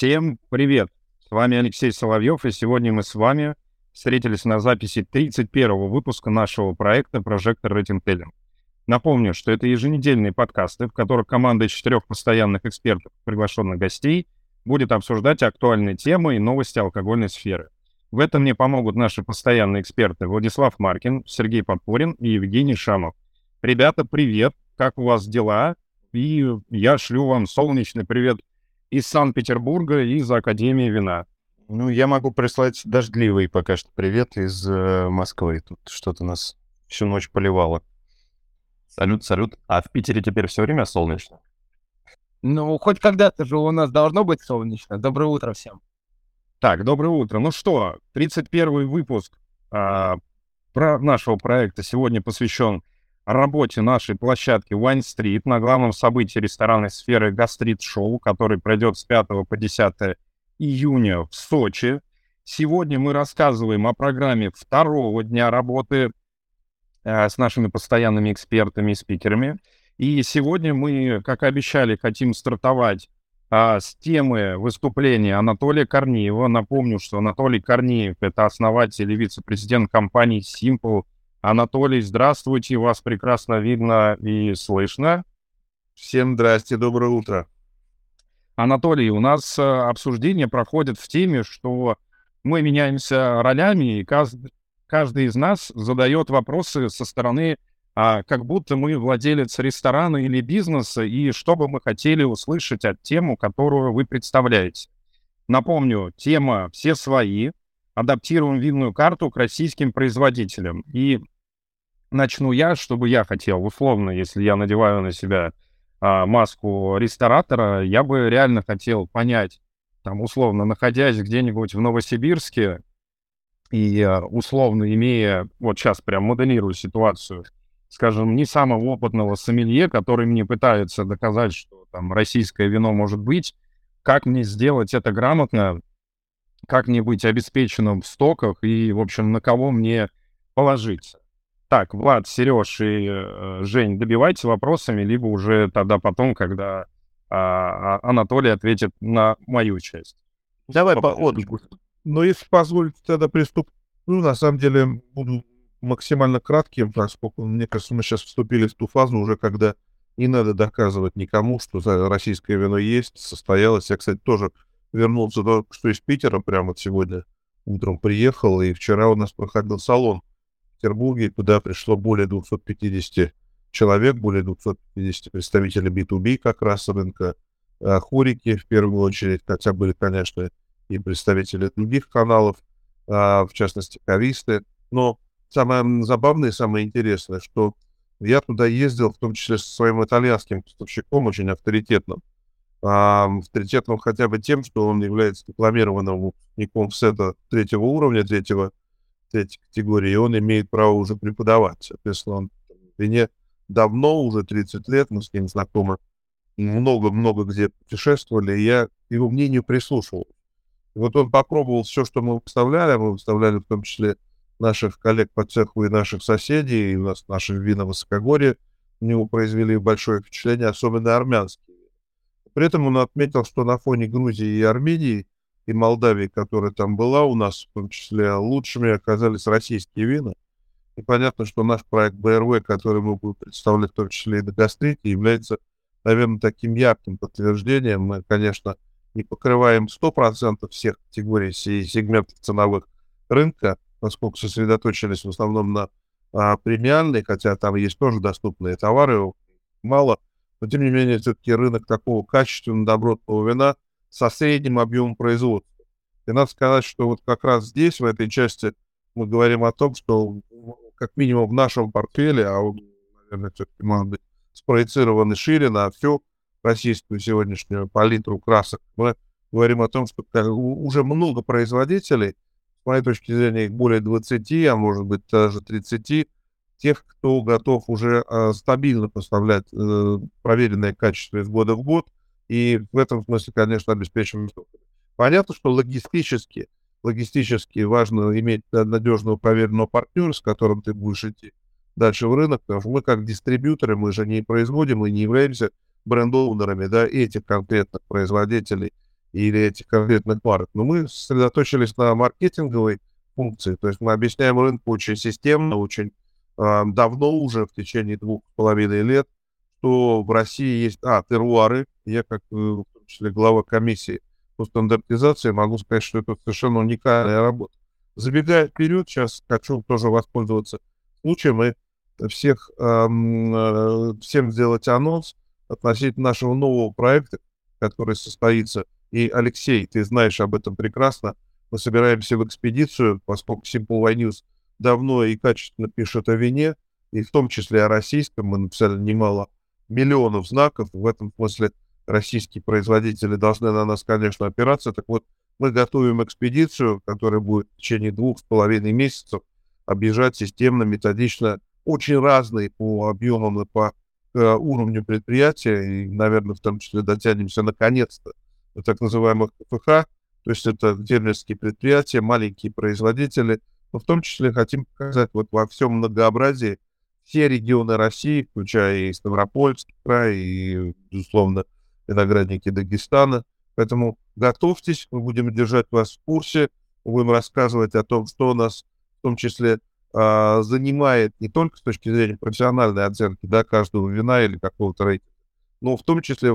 Всем привет! С вами Алексей Соловьев, и сегодня мы с вами встретились на записи 31-го выпуска нашего проекта Projector Rating Telling. Напомню, что это еженедельные подкасты, в которых команда из 4 постоянных экспертов, приглашенных гостей, будет обсуждать актуальные темы и новости алкогольной сферы. В этом мне помогут наши постоянные эксперты Владислав Маркин, Сергей Подпорин и Евгений Шамов. Ребята, привет! Как у вас дела? И я шлю вам солнечный привет из Санкт-Петербурга и из Академии вина. Я могу прислать дождливый пока что привет из Москвы. Тут что-то нас всю ночь поливало. Салют. А в Питере теперь все время солнечно? Хоть когда-то же у нас должно быть солнечно. Доброе утро всем. Так, доброе утро. Ну что, 31-й выпуск нашего проекта сегодня посвящен работе нашей площадки Wine Street на главном событии ресторанной сферы Гастрит Шоу, который пройдет с 5 по 10 июня в Сочи. Сегодня мы рассказываем о программе второго дня работы с нашими постоянными экспертами и спикерами. И сегодня мы, как и обещали, хотим стартовать с темы выступления Анатолия Корнеева. Напомню, что Анатолий Корнеев — это основатель и вице-президент компании Simple. Анатолий, здравствуйте, вас прекрасно видно и слышно. Всем здрасте, доброе утро. Анатолий, у нас обсуждение проходит в теме, что мы меняемся ролями, и каждый из нас задает вопросы со стороны, как будто мы владелец ресторана или бизнеса, и что бы мы хотели услышать от темы, которую вы представляете. Напомню, тема «Все свои». Адаптируем винную карту к российским производителям. И начну я, чтобы я хотел, условно, если я надеваю на себя маску ресторатора, я бы реально хотел понять, там, условно, находясь где-нибудь в Новосибирске и, условно, имея, вот сейчас прям моделирую ситуацию, скажем, не самого опытного сомелье, который мне пытается доказать, что там российское вино может быть, как мне сделать это грамотно, как мне быть обеспеченным в стоках и, в общем, на кого мне положиться. Так, Влад, Сереж и Жень, добивайте вопросами, либо уже тогда потом, когда Анатолий ответит на мою часть. Давай по отдыху. Если позволите, тогда приступ. На самом деле, буду максимально кратким, поскольку, мне кажется, мы сейчас вступили в ту фазу уже, когда не надо доказывать никому, что российское вино есть, состоялось. Я, кстати, тоже вернулся только что из Питера, прямо сегодня утром приехал, и вчера у нас проходил салон в Петербурге, куда пришло более 250 человек, более 250 представителей B2B как раз рынка, хорики в первую очередь, хотя были, конечно, и представители других каналов, в частности, кависты. Но самое забавное и самое интересное, что я туда ездил, в том числе со своим итальянским поставщиком, очень авторитетным. Авторитетным хотя бы тем, что он является дипломированным выпускником СЭТа третьего уровня, третьей категории, и он имеет право уже преподавать. Соответственно, он в вине давно, уже 30 лет, мы с ним знакомы, много-много где путешествовали, и я к его мнению прислушивал. И вот он попробовал все, что мы выставляли в том числе наших коллег по цеху и наших соседей, и у нас наши вина высокогорья, у него произвели большое впечатление, особенно армянские. При этом он отметил, что на фоне Грузии и Армении, и Молдавии, которая там была у нас, в том числе лучшими оказались российские вина. И понятно, что наш проект БРВ, который мы будем представлять в том числе и на Гастрите, является, наверное, таким ярким подтверждением. Мы, конечно, не покрываем 100% всех категорий и сегментов ценовых рынка, поскольку сосредоточились в основном на премиальной, хотя там есть тоже доступные товары, мало. Но, тем не менее, все-таки рынок такого качественного, добротного вина со средним объемом производства. И надо сказать, что вот как раз здесь, в этой части, мы говорим о том, что как минимум в нашем портфеле, а он, наверное, все-таки может быть спроецирован шире на всю российскую сегодняшнюю палитру красок, мы говорим о том, что уже много производителей, с моей точки зрения, их более 20, а может быть даже 30, тех, кто готов уже стабильно поставлять проверенное качество из года в год, и в этом смысле, конечно, обеспечиваем. Понятно, что логистически важно иметь надежного проверенного партнера, с которым ты будешь идти дальше в рынок, потому что мы как дистрибьюторы, мы же не производим и не являемся бренд-оунерами, да, этих конкретных производителей. или этих конкретных марок, но мы сосредоточились на маркетинговой функции, то есть мы объясняем рынку очень системно, очень давно уже, в течение 2,5 лет, что в России есть теруары. Я, как в том числе глава комиссии по стандартизации, могу сказать, что это совершенно уникальная работа. Забегая вперед, сейчас хочу тоже воспользоваться случаем и всем сделать анонс относительно нашего нового проекта, который состоится. И, Алексей, ты знаешь об этом прекрасно. Мы собираемся в экспедицию, поскольку Simple Wine News давно и качественно пишет о вине, и в том числе о российском. Мы написали немало миллионов знаков. В этом смысле российские производители должны на нас, конечно, опираться. Так вот, мы готовим экспедицию, которая будет в течение 2,5 месяцев объезжать системно, методично, очень разные по объемам и по уровню предприятия, и, наверное, в том числе дотянемся наконец-то до так называемых КФХ, то есть это фермерские предприятия, маленькие производители, но в том числе хотим показать вот во всем многообразии все регионы России, включая и Ставропольский край, и, безусловно, виноградники Дагестана. Поэтому готовьтесь, мы будем держать вас в курсе, будем рассказывать о том, что нас в том числе занимает не только с точки зрения профессиональной оценки, да, каждого вина или какого-то рейтинга, но в том числе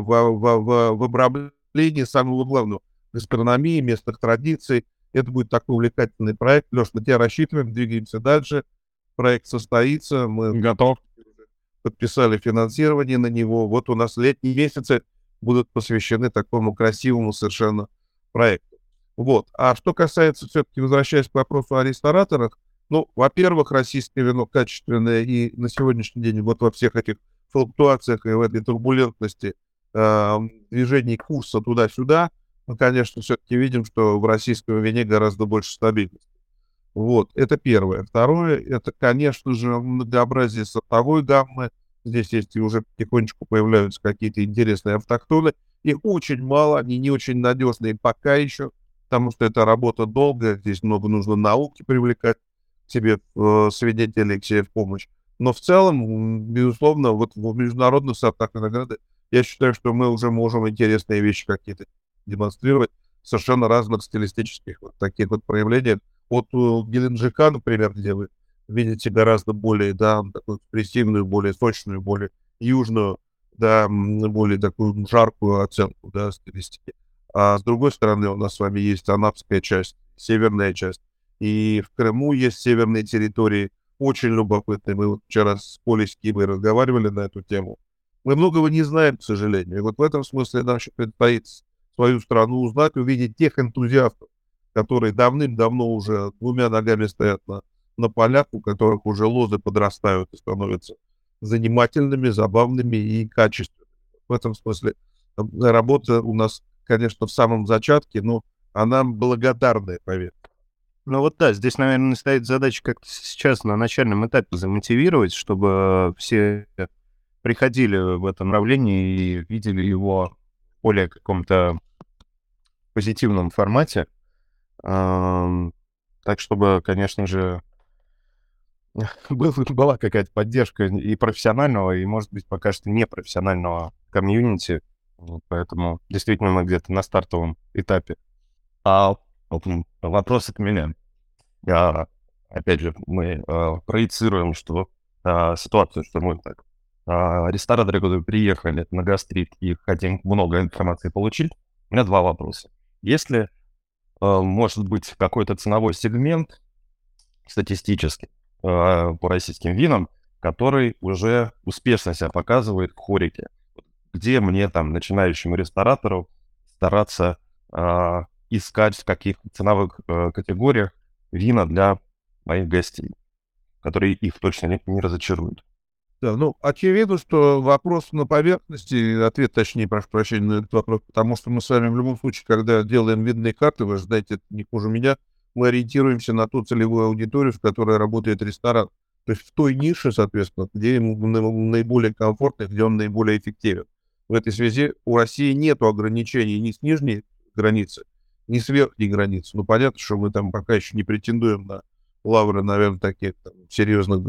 в обрамлении самого главного — гастрономии, местных традиций. Это будет такой увлекательный проект. Леш, на тебя рассчитываем, двигаемся дальше. Проект состоится, мы Готов. подписали финансирование на него. Вот у нас летние месяцы будут посвящены такому красивому совершенно проекту. Вот. А что касается, все-таки возвращаясь к вопросу о рестораторах, ну, во-первых, российское вино качественное, и на сегодняшний день вот во всех этих флуктуациях и в этой турбулентности движений курса туда-сюда, мы, конечно, все-таки видим, что в российском вине гораздо больше стабильности. Вот, это первое. Второе, это, конечно же, многообразие сортовой гаммы. Здесь есть и уже потихонечку появляются какие-то интересные автохтоны. Их очень мало, они не очень надежные пока еще, потому что это работа долгая, здесь много нужно науки привлекать к себе свидетелей, к себе в помощь. Но в целом, безусловно, вот в международных сортах винограда я считаю, что мы уже можем интересные вещи какие-то демонстрировать в совершенно разных стилистических вот таких вот проявлениях. От Геленджика, например, где вы видите гораздо более, да, такую экспрессивную, более сочную, более южную, да, более такую жаркую оценку, да, стилистики. А с другой стороны, у нас с вами есть анапская часть, северная часть. И в Крыму есть северные территории, очень любопытные. Мы вот вчера с Полей Скибой разговаривали на эту тему. Мы многого не знаем, к сожалению. И вот в этом смысле нам еще предстоит свою страну узнать, увидеть тех энтузиастов, которые давным-давно уже двумя ногами стоят на полях, у которых уже лозы подрастают и становятся занимательными, забавными и качественными. В этом смысле работа у нас, конечно, в самом зачатке, но она благодарная, поверьте. Ну вот да, здесь, наверное, стоит задача как-то сейчас на начальном этапе замотивировать, чтобы все приходили в это направление и видели его в более каком-то позитивном формате. Так, чтобы, конечно же, была какая-то поддержка и профессионального, и, может быть, пока что непрофессионального комьюнити. Вот, поэтому действительно мы где-то на стартовом этапе. Вопрос от меня. Опять же, мы проецируем, что ситуацию, что мы так рестораторы, которые приехали на гастрит и хотим много информации получить. У меня два вопроса. Если может быть какой-то ценовой сегмент статистически по российским винам, который уже успешно себя показывает в хорике, где мне там, начинающему ресторатору, стараться искать в каких ценовых категориях вина для моих гостей, которые их точно не разочаруют. Да, ну, очевидно, что вопрос на поверхности, ответ, точнее, прошу прощения, на этот вопрос, потому что мы с вами в любом случае, когда делаем винные карты, вы же знаете, это не хуже меня, мы ориентируемся на ту целевую аудиторию, в которой работает ресторан. То есть в той нише, соответственно, где ему наиболее комфортно, где он наиболее эффективен. В этой связи у России нет ограничений ни с нижней границы, ни с верхней границы. Ну, понятно, что мы там пока еще не претендуем на лавры, наверное, таких там, серьезных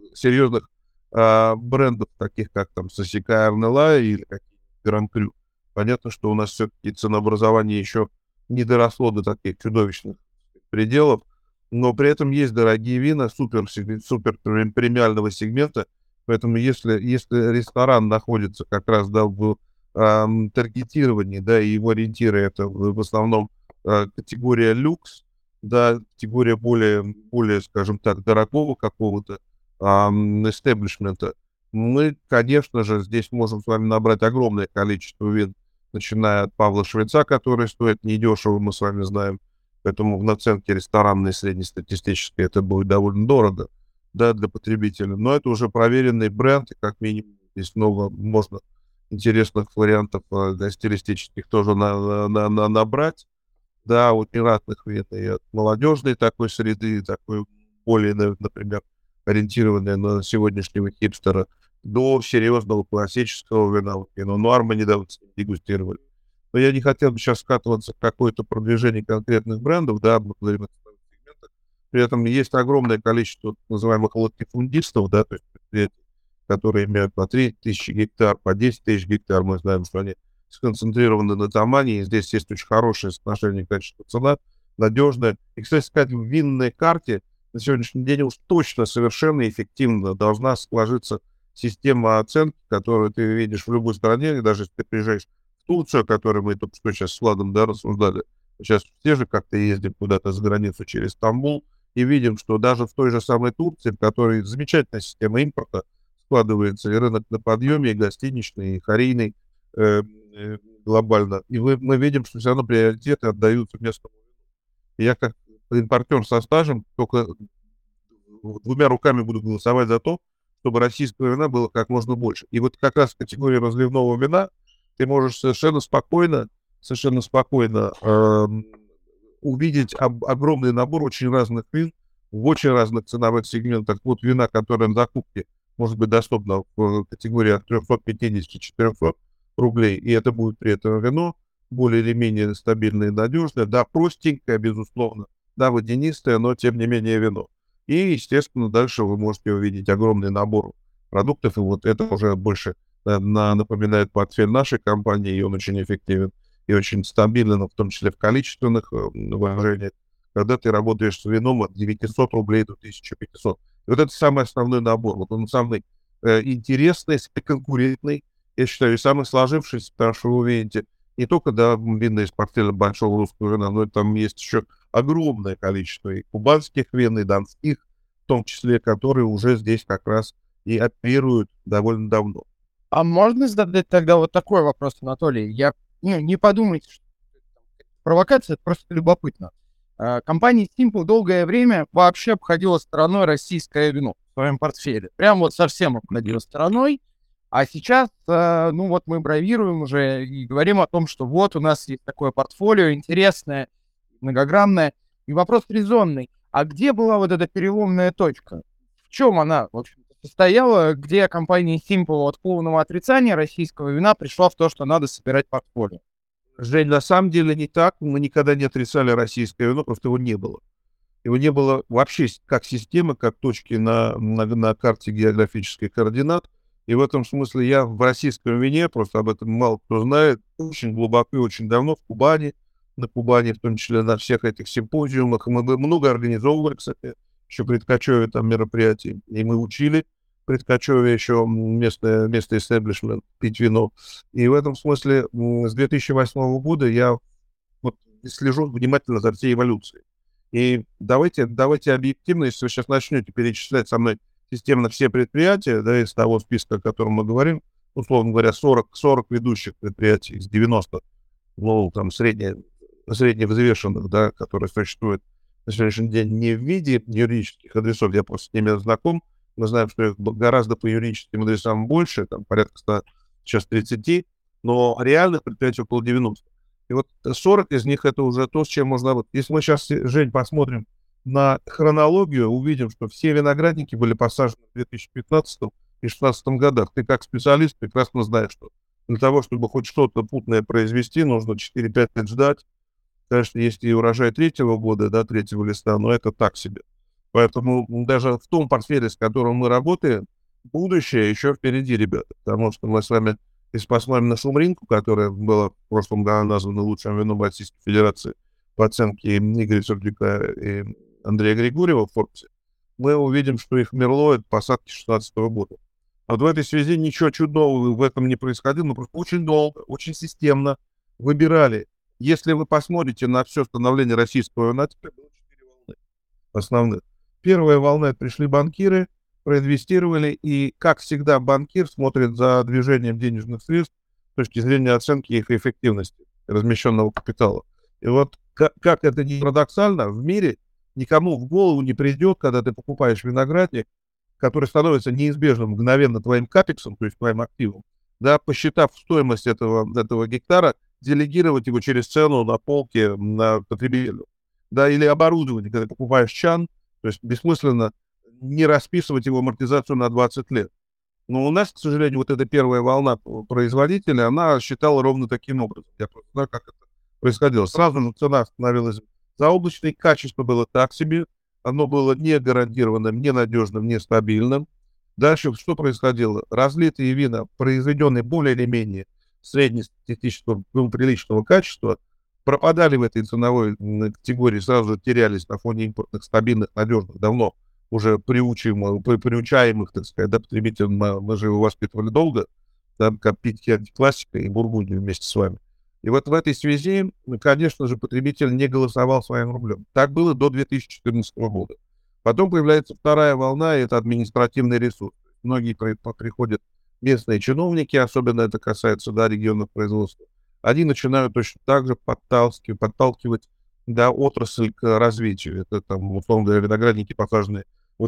брендов, таких как там Сосека Арнела или какие-нибудь Гран-Крю. Понятно, что у нас все-таки ценообразование еще не доросло до таких чудовищных пределов, но при этом есть дорогие вина супер премиального сегмента, поэтому если ресторан находится как раз в таргетировании, да, и его ориентиры это в основном категория люкс, да, категория более, скажем так, дорогого какого-то эстеблишмента, мы, конечно же, здесь можем с вами набрать огромное количество вин, начиная от Павла Швейца, который стоит недешево, мы с вами знаем, поэтому в наценке ресторанной среднестатистической это будет довольно дорого, да, для потребителя. Но это уже проверенный бренд, и как минимум здесь много можно интересных вариантов стилистических тоже набрать. Да, вот не разных вин, и от молодежной такой среды, такой более, например, ориентированной на сегодняшнего хипстера, до серьезного классического вина. Вино нуар мы недавно дегустировали. Но я не хотел бы сейчас скатываться в какое-то продвижение конкретных брендов, да, благодаря сегментах. При этом есть огромное количество так называемых латифундистов, да, то есть предприятий, которые имеют по 3000 гектар, по 10 тысяч гектар. Мы знаем, что они сконцентрированы на Тамане, и здесь есть очень хорошее соотношение качества-цена, надежное. И, кстати сказать, в винной карте на сегодняшний день уж точно совершенно эффективно должна сложиться система оценки, которую ты видишь в любой стране, и даже если ты приезжаешь в Турцию, о которой мы только что сейчас с Владом, да, рассуждали, сейчас все же как-то ездим куда-то за границу через Стамбул, и видим, что даже в той же самой Турции, в которой замечательная система импорта складывается, и рынок на подъеме, и гостиничный, и харийный, глобально, и мы видим, что все равно приоритеты отдаются местному. Я как импортер со стажем только двумя руками буду голосовать за то, чтобы российского вина было как можно больше. И вот как раз в категории разливного вина ты можешь совершенно спокойно увидеть огромный набор очень разных вин в очень разных ценовых сегментах. Вот вина, которая на закупке может быть доступна в категории от 350-400 рублей, и это будет при этом вино более или менее стабильное и надежное, да, простенькое, безусловно, да, водянистое, но тем не менее вино. И, естественно, дальше вы можете увидеть огромный набор продуктов, и вот это уже больше напоминает портфель нашей компании, и он очень эффективен и очень стабилен, в том числе в количественных выражениях, когда ты работаешь с вином от 900 рублей до 1500. И вот это самый основной набор, вот он самый интересный, конкурентный, я считаю, и самый сложившийся, потому что вы увидите не только, да, винные из портфеля большого русского вина, но там есть еще огромное количество и кубанских вин, и донских, в том числе, которые уже здесь как раз и оперируют довольно давно. А можно задать тогда вот такой вопрос, Анатолий? Не подумайте, что провокация, это просто любопытно. Компания Simple долгое время вообще обходила стороной российское вино в своем портфеле. Прям вот совсем обходила стороной. А сейчас, ну вот мы бравируем уже и говорим о том, что вот у нас есть такое портфолио интересное, многогранное. И вопрос резонный. А где была вот эта переломная точка? В чем она, в общем-то, состояла, где компания Simple от полного отрицания российского вина пришла в то, что надо собирать портфолио? Жень, на самом деле не так. Мы никогда не отрицали российское вино, просто его не было. Его не было вообще как системы, как точки на карте географических координат. И в этом смысле я в российском вине, просто об этом мало кто знает, очень глубоко и очень давно в Кубани, на Кубани, в том числе на всех этих симпозиумах. Мы много организовывали, кстати, еще при Ткачеве там мероприятий. И мы учили при Ткачеве еще местный истеблишмент пить вино. И в этом смысле с 2008 года я вот слежу внимательно за всей эволюцией. И давайте объективно, если вы сейчас начнете перечислять со мной системно все предприятия, да, из того списка, о котором мы говорим, условно говоря, 40 ведущих предприятий из 90, ну, там, средневзвешенных, да, которые существуют на сегодняшний день не в виде юридических адресов, я просто с ними знаком, мы знаем, что их гораздо по юридическим адресам больше, там, порядка 100, сейчас 30, но реальных предприятий около 90. И вот 40 из них это уже то, с чем можно работать. Если мы сейчас, Жень, посмотрим на хронологию, увидим, что все виноградники были посажены в 2015 и 2016 годах. Ты как специалист прекрасно знаешь, что для того, чтобы хоть что-то путное произвести, нужно 4-5 лет ждать. Конечно, есть и урожай третьего года, да, третьего листа, но это так себе. Поэтому даже в том портфеле, с которым мы работаем, будущее еще впереди, ребята, потому что мы с вами Если посмотрим на Шумринку, которая была в прошлом году названа лучшим вином Российской Федерации по оценке Игоря Сердюка и Андрея Григорьева в Форбсе, мы увидим, что их Мерло — это посадки 2016 года. А вот в этой связи ничего чудного в этом не происходило, мы просто очень долго, очень системно выбирали. Если вы посмотрите на все становление российского вина, теперь было 4 волны основных. Первая волна — это пришли банкиры, проинвестировали, и, как всегда, банкир смотрит за движением денежных средств с точки зрения оценки их эффективности, размещенного капитала. И вот, как это ни парадоксально, в мире никому в голову не придет, когда ты покупаешь виноградник, который становится неизбежно мгновенно твоим капексом, то есть твоим активом, да, посчитав стоимость этого гектара, делегировать его через цену на полке на потребителю. Да, или оборудование, когда покупаешь чан, то есть бессмысленно не расписывать его амортизацию на 20 лет. Но у нас, к сожалению, вот эта первая волна производителя, она считала ровно таким образом. Я просто знаю, как это происходило. Сразу же цена становилась заоблачной, качество было так себе, оно было не гарантированным, ненадежным, нестабильным. Дальше что происходило? Разлитые вина, произведенные более или менее среднестатистического приличного качества, пропадали в этой ценовой категории, сразу же терялись на фоне импортных, стабильных, надежных, давно уже приучаемых, так сказать, да, потребителей. Мы же его воспитывали долго, да, как пить классика и бургундию вместе с вами. И вот в этой связи, конечно же, потребитель не голосовал своим рублем. Так было до 2014 года. Потом появляется вторая волна, и это административный ресурс. Многие приходят местные чиновники, особенно это касается, да, регионов производства. Они начинают точно так же подталкивать, да, отрасль к развитию. Это там, условно говоря, виноградники, посаженные в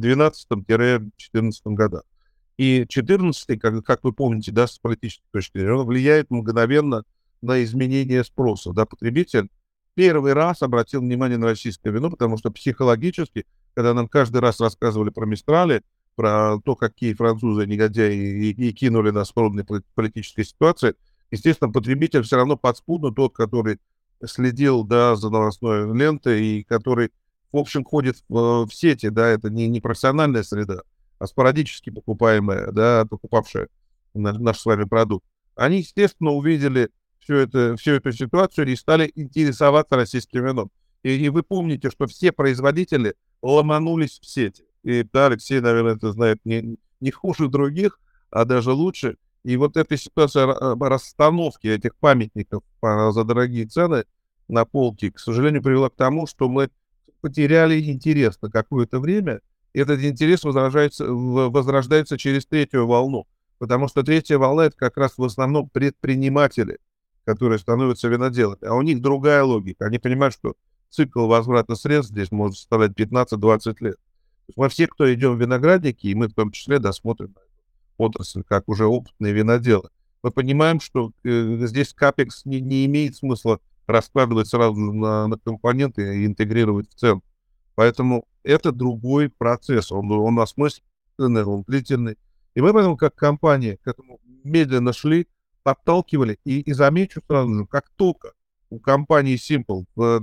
12-14 годах. И 14-й, как вы помните, да, с политической точки зрения, он влияет мгновенно на изменение спроса. Да, потребитель первый раз обратил внимание на российское вино, потому что психологически, когда нам каждый раз рассказывали про Мистрали, про то, какие французы негодяи и кинули нас в трудной политической ситуации, естественно, потребитель все равно подспудно, тот, который следил, да, за новостной лентой и который, в общем, ходит в сети, да, это не профессиональная среда, а спорадически покупаемая, да, покупавшая наш с вами продукт. Они, естественно, увидели всю эту ситуацию и стали интересоваться российским вином. И вы помните, что все производители ломанулись в сети. И да, Алексей, наверное, это знает не хуже других, а даже лучше. И вот эта ситуация расстановки этих памятников за дорогие цены на полке, к сожалению, привела к тому, что мы потеряли интерес на какое-то время. И этот интерес возрождается через третью волну. Потому что третья волна — это как раз в основном предприниматели, которые становятся виноделами. А у них другая логика. Они понимают, что цикл возврата средств здесь может составлять 15-20 лет. То есть мы все, кто идем в виноградники, и мы в том числе досмотрим на эту отрасль, как уже опытные виноделы, мы понимаем, что здесь капекс не имеет смысла раскладывать сразу на компоненты и интегрировать в цену. Поэтому это другой процесс. Он осмысленный, он длительный. И мы поэтому, как компания, к этому медленно шли, подталкивали. И замечу сразу же, как только у компании Simple в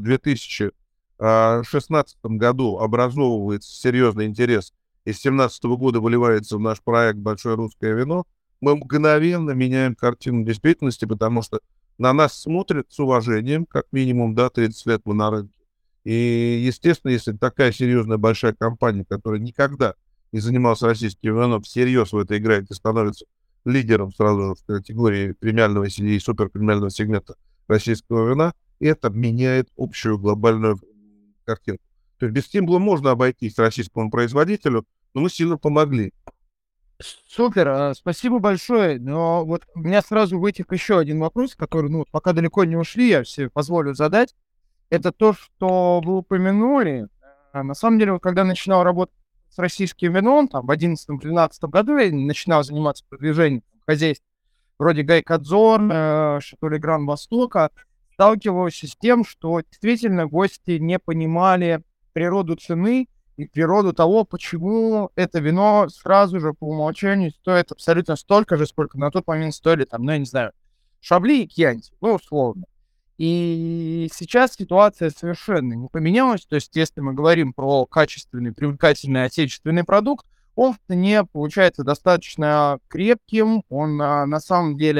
2016 году образовывается серьезный интерес, и с 2017 года выливается в наш проект «Большое русское вино», мы мгновенно меняем картину действительности, потому что на нас смотрят с уважением, как минимум, да, 30 лет мы на рынке. И, естественно, если такая серьезная большая компания, которая никогда не занималась российским вином, всерьез в это играет и становится лидером сразу в категории премиального и суперпремиального сегмента российского вина, это меняет общую глобальную картину. То есть без Simple можно обойтись российскому производителю, но мы сильно помогли. Супер, спасибо большое. Но вот у меня сразу вытек еще один вопрос, который, пока далеко не ушли, я себе позволю задать. Это то, что вы упомянули. На самом деле, когда начинал работать с российским вином, там, в 2011-2012 году я начинал заниматься продвижением хозяйств вроде Гайкадзор, Шато Гран Востока, сталкивался с тем, что действительно гости не понимали природу цены и природу того, почему это вино сразу же по умолчанию стоит абсолютно столько же, сколько на тот момент стоили, там, я не знаю, Шабли и Кьянти, условно. И сейчас ситуация совершенно не поменялась. То есть, если мы говорим про качественный, привлекательный отечественный продукт, он в цене получается достаточно крепким. Он на самом деле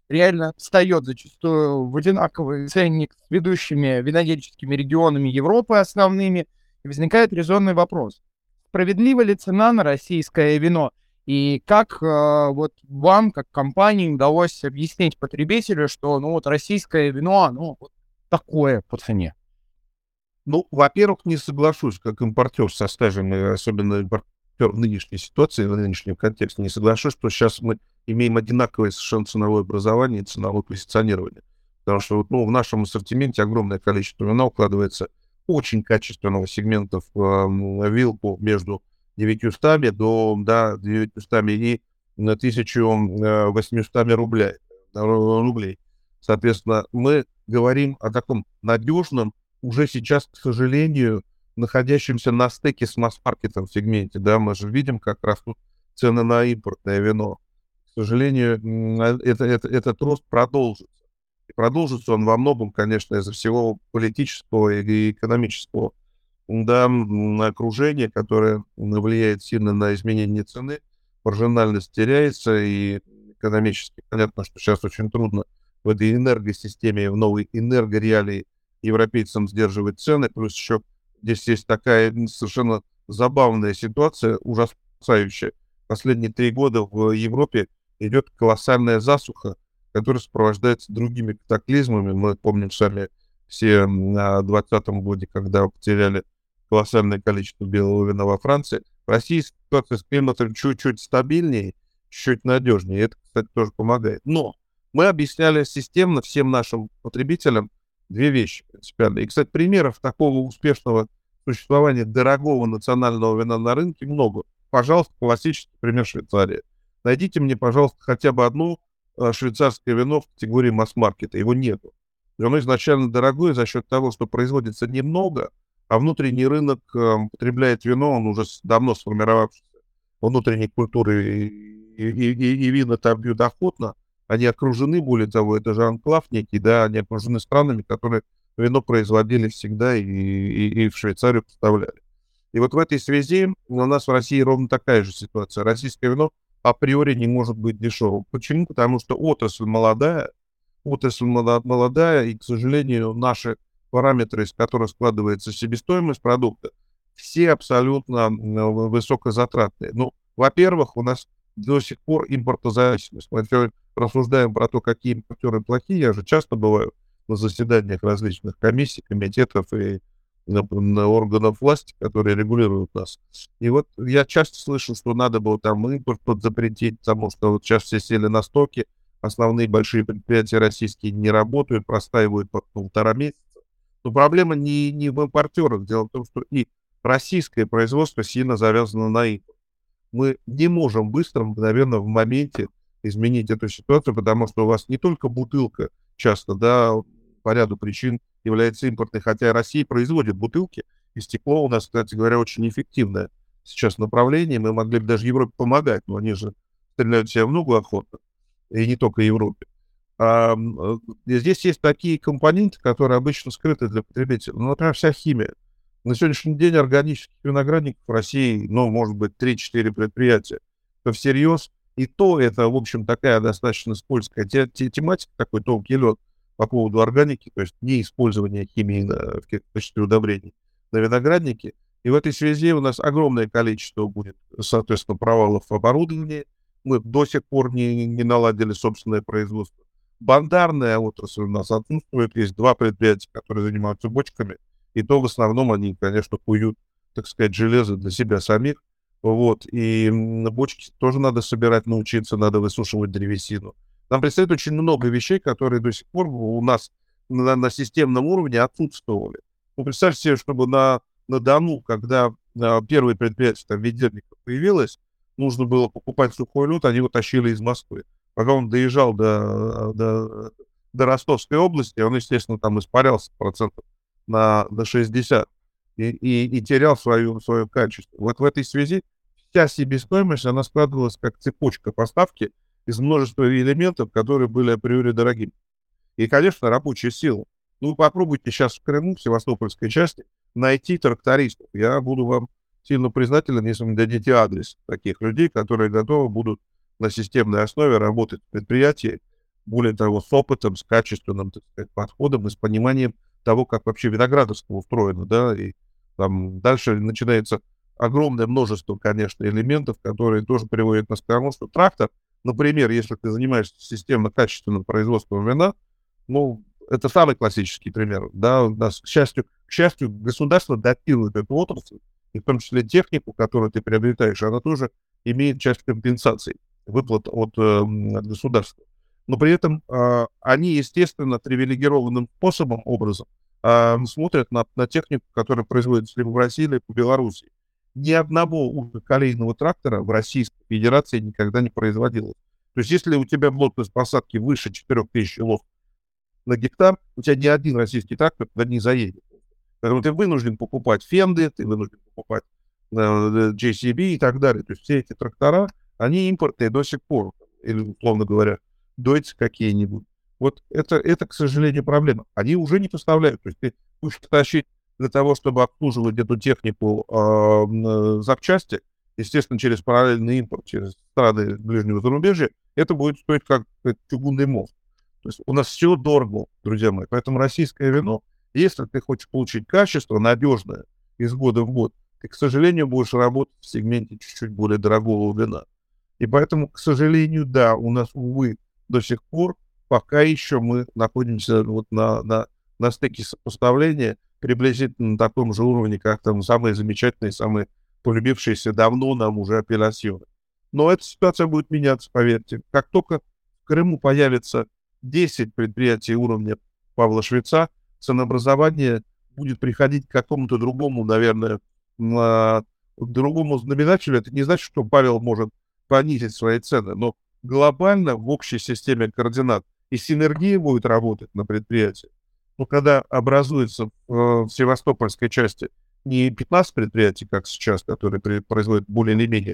реально встает зачастую в одинаковый ценник с ведущими винодельческими регионами Европы основными, и возникает резонный вопрос. Справедлива ли цена на российское вино? И как вот вам, как компании, удалось объяснить потребителю, что ну вот российское вино, оно вот такое по цене? Ну, во-первых, не соглашусь, как импортер со стажем, и особенно импортер в нынешней ситуации, в нынешнем контексте, не соглашусь, что сейчас мы имеем одинаковое совершенно ценовое образование и ценовое позиционирование. Потому что вот, ну, в нашем ассортименте огромное количество вина укладывается очень качественного сегмента в вилку между 900 до 900 и 1800 рублей. Соответственно, мы говорим о таком надежном, уже сейчас, к сожалению, находящимся на стыке с масс-маркетом в сегменте, да, мы же видим, как растут цены на импортное вино. К сожалению, этот рост продолжится. И продолжится он во многом, конечно, из-за всего политического и экономического, да, окружения, которое влияет сильно на изменение цены, маржинальность теряется, и экономически понятно, что сейчас очень трудно в этой энергосистеме, в новой энергореалии европейцам сдерживать цены, плюс еще здесь есть такая совершенно забавная ситуация, ужасающая. Последние 3 года в Европе идет колоссальная засуха, которая сопровождается другими катаклизмами. Мы помним сами все на 2020 году, когда потеряли колоссальное количество белого вина во Франции. В России ситуация с климатом чуть-чуть стабильнее, чуть надежнее. Это, кстати, тоже помогает. Но мы объясняли системно всем нашим потребителям 2 вещи принципиально. И, кстати, примеров такого успешного существования дорогого национального вина на рынке много. Пожалуйста, классический пример Швейцарии. Найдите мне, пожалуйста, хотя бы одно швейцарское вино в категории масс-маркета. Его нету. И оно изначально дорогое за счет того, что производится немного, а внутренний рынок потребляет вино, он уже давно сформировавшийся внутренней культуры, и вина там бьют охотно. Они окружены, более того, это же анклав некий, да, они окружены странами, которые вино производили всегда и в Швейцарию поставляли. И вот в этой связи у нас в России ровно такая же ситуация. Российское вино априори не может быть дешевым. Почему? Потому что отрасль молодая, и, к сожалению, наши параметры, из которых складывается себестоимость продукта, все абсолютно высокозатратные. Ну, во-первых, у нас до сих пор импортозависимость. Мы все рассуждаем про то, какие импортеры плохие. Я же часто бываю на заседаниях различных комиссий, комитетов и на органов власти, которые регулируют нас. И вот я часто слышу, что надо было там импорт запретить, потому что вот сейчас все сели на стоки, основные большие предприятия российские не работают, простаивают по 1,5 месяца. Но проблема не в импортерах. Дело в том, что и российское производство сильно завязано на импорт. Мы не можем быстро, мгновенно, в моменте изменить эту ситуацию, потому что у вас не только бутылка часто, да, по ряду причин является импортной, хотя Россия производит бутылки, и стекло у нас, кстати говоря, очень эффективное сейчас направление. Мы могли бы даже Европе помогать, но они же стреляют себя в ногу охотно, и не только Европе. Здесь есть такие компоненты, которые обычно скрыты для потребителя. Ну, например, вся химия. На сегодняшний день органических виноградников в России, ну, может быть, 3-4 предприятия. То всерьез. И то это, в общем, такая достаточно скользкая тематика, такой тонкий лед по поводу органики, то есть не использование химии в качестве удобрений на винограднике. И в этой связи у нас огромное количество будет, соответственно, провалов в оборудовании. Мы до сих пор не наладили собственное производство. Бандарная отрасль у нас отсутствует. Есть 2 предприятия, которые занимаются бочками. И то в основном они, конечно, куют, так сказать, железо для себя самих. Вот. И бочки тоже надо собирать, научиться, надо высушивать древесину. Нам предстоит очень много вещей, которые до сих пор у нас на системном уровне отсутствовали. Ну, представьте себе, чтобы на Дону, когда первое предприятие там ведерников появилось, нужно было покупать сухой лед, они его тащили из Москвы. Пока он доезжал до Ростовской области, он, естественно, там испарялся процентов на 60 и терял свое качество. Вот в этой связи вся себестоимость, она складывалась как цепочка поставки из множества элементов, которые были априори дорогими. И, конечно, рабочая сила. Ну, попробуйте сейчас в Крыму, в Севастопольской части, найти трактористов. Я буду вам сильно признателен, если вы дадите адрес таких людей, которые готовы будут на системной основе работать в предприятии. более того, с опытом, с качественным, так сказать, подходом и с пониманием того, как вообще виноградарство устроено, да, и там дальше начинается огромное множество, конечно, элементов, которые тоже приводят нас к тому, что трактор, например, если ты занимаешься системно-качественным производством вина, ну, это самый классический пример, да, у нас, к счастью, государство датирует эту отрасль, и в том числе технику, которую ты приобретаешь, она тоже имеет часть компенсаций, выплат от государства. Но при этом они, естественно, привилегированным образом смотрят на технику, которая производится либо в России, либо в Беларуси. Ни одного узкоколейного трактора в Российской Федерации никогда не производилось. То есть если у тебя плотность посадки выше 4000 лос на гектар, у тебя ни один российский трактор туда не заедет. Поэтому ты вынужден покупать Фенды, ты вынужден покупать JCB и так далее. То есть все эти трактора, они импортные до сих пор, или, условно говоря, дойцы какие-нибудь. Вот это, к сожалению, проблема. Они уже не поставляют. То есть ты будешь тащить для того, чтобы обслуживать эту технику запчасти, естественно, через параллельный импорт, через страны ближнего зарубежья, это будет стоить как чугунный мост. То есть у нас все дорого, друзья мои. Поэтому российское вино, если ты хочешь получить качество надежное из года в год, ты, к сожалению, будешь работать в сегменте чуть-чуть более дорогого вина. И поэтому, к сожалению, да, у нас, увы, до сих пор пока еще мы находимся вот на стыке сопоставления приблизительно на таком же уровне, как там самые замечательные, самые полюбившиеся давно нам уже апелласьоны. Но эта ситуация будет меняться, поверьте. Как только в Крыму появится 10 предприятий уровня Павла Швеца, ценообразование будет приходить к какому-то другому, наверное, другому знаменателю. Это не значит, что Павел может понизить свои цены, но глобально в общей системе координат и синергия будет работать на предприятии. Но когда образуется в севастопольской части не 15 предприятий, как сейчас, которые производят более или менее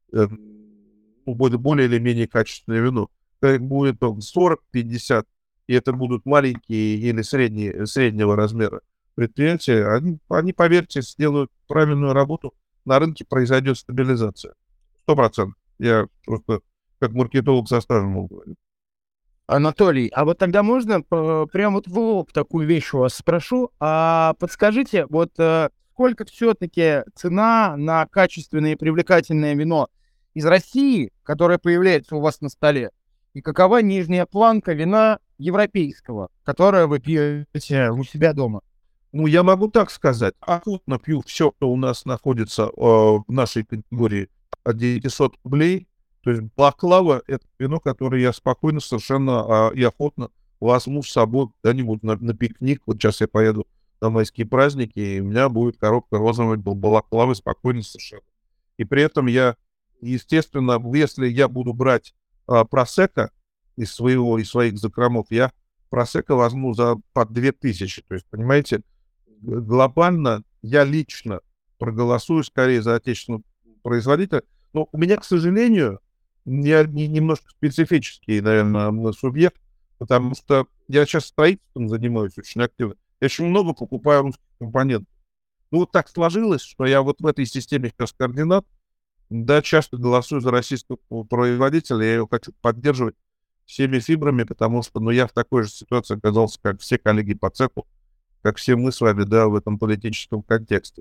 качественное вино, будет 40-50, и это будут маленькие или среднего размера предприятия, они, поверьте, сделают правильную работу, на рынке произойдет стабилизация. 100%. Я просто как маркетолог со стажем могу говорить. Анатолий, а вот тогда можно прям вот в лоб такую вещь у вас спрошу. Подскажите, вот сколько все-таки цена на качественное и привлекательное вино из России, которое появляется у вас на столе, и какова нижняя планка вина европейского, которое вы пьете у себя дома? Ну, я могу так сказать. Охотно пью все, что у нас находится в нашей категории от 900 рублей. То есть баклава — это вино, которое я спокойно совершенно и охотно возьму с собой куда-нибудь на пикник. Вот сейчас я поеду на майские праздники, и у меня будет коробка розовой балаклавы спокойно совершенно. И при этом я, естественно, если я буду брать просекко из своих закромов, я просекко возьму под 2000. То есть, понимаете, глобально я лично проголосую скорее за отечественного производителя. Но у меня, к сожалению, я немножко специфический, наверное, субъект, потому что я сейчас строительством занимаюсь очень активно. Я очень много покупаю русских компонентов. Ну, вот так сложилось, что я вот в этой системе сейчас координат, да, часто голосую за российского производителя, я его хочу поддерживать всеми фибрами, потому что, ну, я в такой же ситуации оказался, как все коллеги по цеху, как все мы с вами, да, в этом политическом контексте.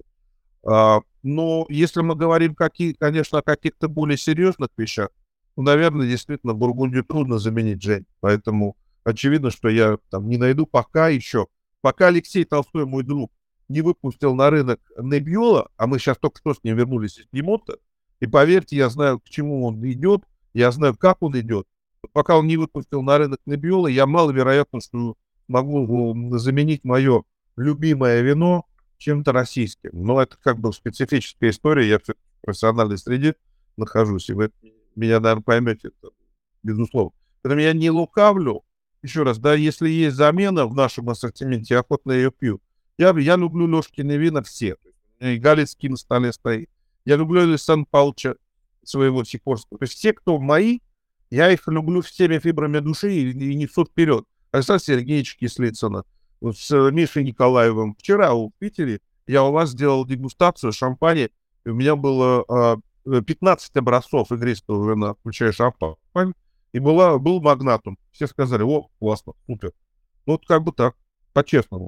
Но если мы говорим, конечно, о каких-то более серьезных вещах, ну, наверное, действительно, Бургундию трудно заменить, Жень. Поэтому очевидно, что я там не найду пока Алексей Толстой, мой друг, не выпустил на рынок Неббиола, а мы сейчас только что с ним вернулись из Пьемонта, и поверьте, я знаю, к чему он идет, я знаю, как он идет. Пока он не выпустил на рынок Неббиола, я маловероятно, что могу заменить мое любимое вино чем-то российским. Но это как бы специфическая история, я в профессиональной среде нахожусь, и вы меня, наверное, поймете, это, безусловно. Поэтому я не лукавлю. Еще раз, да, если есть замена в нашем ассортименте, я охотно ее пью. Я люблю Лёшкины вина все. И Галицкий на столе стоит. Я люблю Александра Павловича, своего Сикорского. То есть все, кто мои, я их люблю всеми фибрами души и несу вперед. Александр Сергеевич Кислицына, вот с Мишей Николаевым. Вчера в Питере я у вас сделал дегустацию шампани, и у меня было 15 образцов игристого вина, включая шампань. И был магнатум. Все сказали, о, классно, супер. Ну, вот как бы так, по-честному.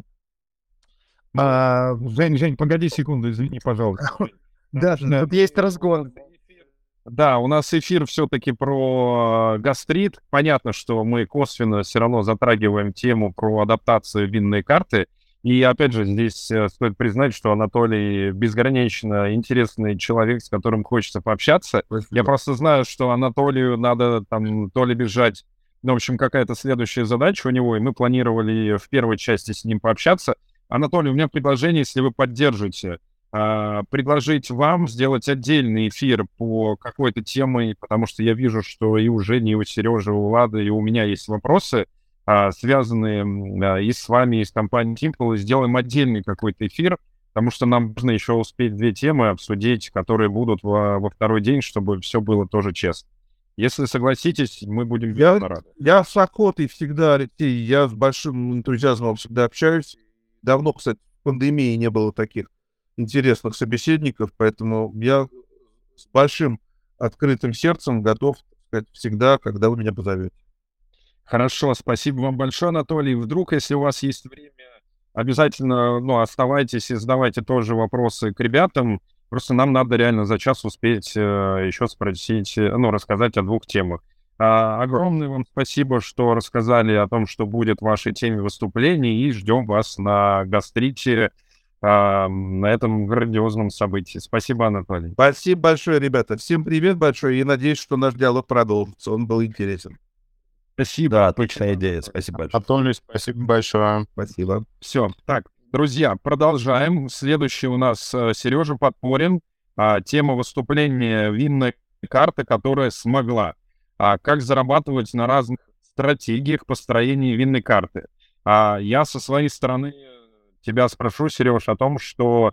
Жень, погоди секунду, извини, пожалуйста. Да, тут есть разгон. Да, у нас эфир все-таки про гастрит. Понятно, что мы косвенно все равно затрагиваем тему про адаптацию винной карты. И опять же, здесь стоит признать, что Анатолий безгранично интересный человек, с которым хочется пообщаться. Спасибо. Я просто знаю, что Анатолию надо там то ли бежать, ну, в общем, какая-то следующая задача у него, и мы планировали в первой части с ним пообщаться. Анатолий, у меня предложение, если вы поддержите, предложить вам сделать отдельный эфир по какой-то теме, потому что я вижу, что и у Жени, и у Сережи, и у Влада, и у меня есть вопросы, связанные и с вами, и с компанией Simple, и сделаем отдельный какой-то эфир, потому что нам нужно еще успеть 2 темы обсудить, которые будут во второй день, чтобы все было тоже честно. Если согласитесь, мы будем рады. Я с охотой всегда, Алексей, я с большим энтузиазмом всегда общаюсь. Давно, кстати, в пандемии не было таких интересных собеседников, поэтому я с большим открытым сердцем готов, так сказать, всегда, когда вы меня позовете. Хорошо, спасибо вам большое, Анатолий. Вдруг, если у вас есть время, обязательно, оставайтесь и задавайте тоже вопросы к ребятам. Просто нам надо реально за час успеть еще спросить, рассказать о 2 темах. Огромное вам спасибо, что рассказали о том, что будет в вашей теме выступлений, и ждем вас на гастрите, на этом грандиозном событии. Спасибо, Анатолий. Спасибо большое, ребята. Всем привет большой, и надеюсь, что наш диалог продолжится. Он был интересен. Спасибо. Да, отличная идея. Спасибо большое. Анатолий, спасибо большое. Спасибо. Все, так, друзья, продолжаем. Следующий у нас Сережа Подпорин. Тема выступления винной карты, которая смогла. Как зарабатывать на разных стратегиях построения винной карты. Я со своей стороны тебя спрошу, Сереж, о том, что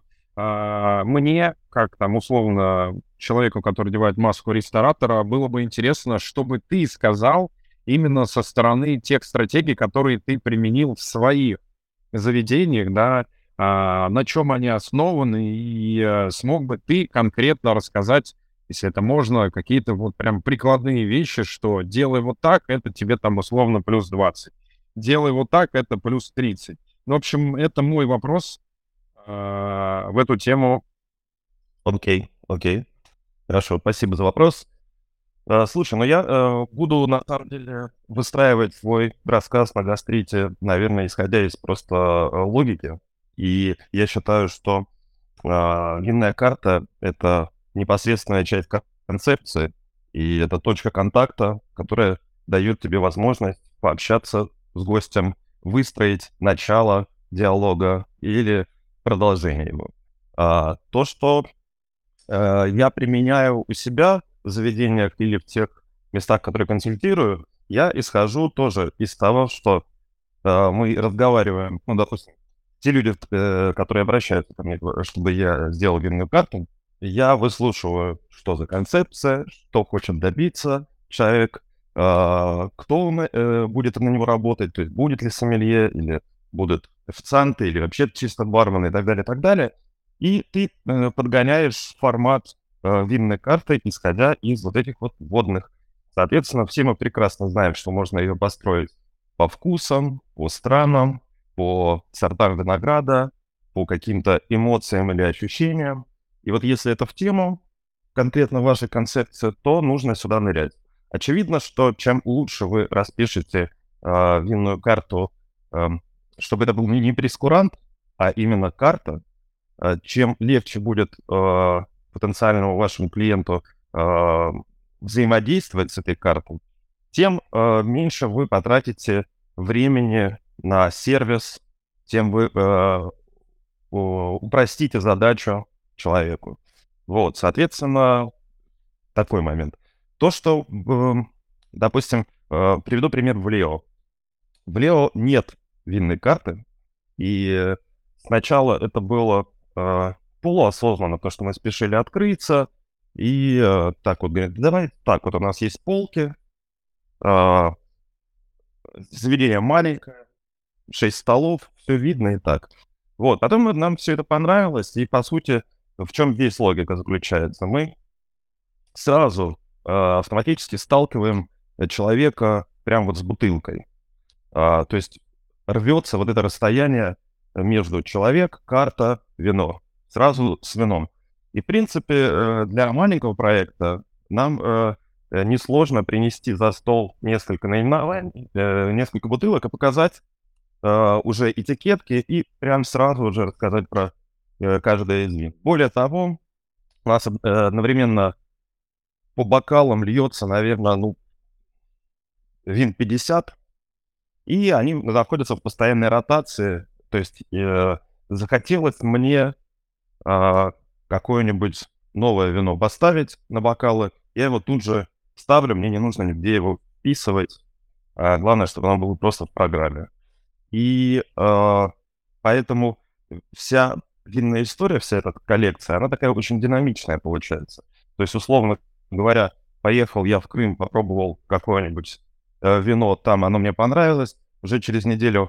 мне, как там условно человеку, который одевает маску ресторатора, было бы интересно, чтобы ты сказал именно со стороны тех стратегий, которые ты применил в своих заведениях, да, на чем они основаны, и смог бы ты конкретно рассказать, если это можно, какие-то вот прям прикладные вещи, что делай вот так, это тебе там условно плюс 20, делай вот так, это плюс 30. В общем, это мой вопрос в эту тему. Окей. Хорошо, спасибо за вопрос. Слушай, я буду, на самом деле, выстраивать свой рассказ на гастрите, наверное, исходя из просто логики. И я считаю, что винная карта — это непосредственная часть концепции, и это точка контакта, которая дает тебе возможность пообщаться с гостем, выстроить начало диалога или продолжение его. То, что я применяю у себя в заведениях или в тех местах, которые консультирую, я исхожу тоже из того, что мы разговариваем, допустим, те люди, которые обращаются ко мне, чтобы я сделал винную карту, я выслушиваю, что за концепция, что хочет добиться человек, кто будет на него работать, то есть будет ли сомелье, или будут официанты, или вообще чисто бармены и так далее, и так далее. И ты подгоняешь формат винной карты, исходя из вот этих вот вводных. Соответственно, все мы прекрасно знаем, что можно ее построить по вкусам, по странам, по сортам винограда, по каким-то эмоциям или ощущениям. И вот если это в тему, конкретно вашей концепции, то нужно сюда нырять. Очевидно, что чем лучше вы распишете винную карту, чтобы это был не прескурант, а именно карта, чем легче будет потенциальному вашему клиенту взаимодействовать с этой картой, тем меньше вы потратите времени на сервис, тем вы упростите задачу человеку. Вот, соответственно, такой момент. То, что, допустим, приведу пример в Лео. В Лео нет винной карты, и сначала это было полуосознанно, потому что мы спешили открыться, и так вот говорят, давай так, вот у нас есть полки, заведение маленькое, 6 столов, все видно и так. Вот, потом нам все это понравилось, и, по сути, в чем весь логика заключается? Мы сразу автоматически сталкиваем человека прям вот с бутылкой. То есть рвется вот это расстояние между человек, карта, вино. Сразу с вином. И, в принципе, для маленького проекта нам несложно принести за стол несколько наименований, несколько бутылок и показать уже этикетки и прям сразу уже рассказать про каждое из вин. Более того, у нас одновременно по бокалам льется, наверное, вин 50, и они находятся в постоянной ротации. То есть захотелось мне какое-нибудь новое вино поставить на бокалы, я его тут же ставлю, мне не нужно нигде его вписывать. Главное, чтобы оно было просто в программе. И поэтому вся винная история, вся эта коллекция, она такая очень динамичная получается. То есть, условно говоря, поехал я в Крым, попробовал какое-нибудь вино, там оно мне понравилось, уже через неделю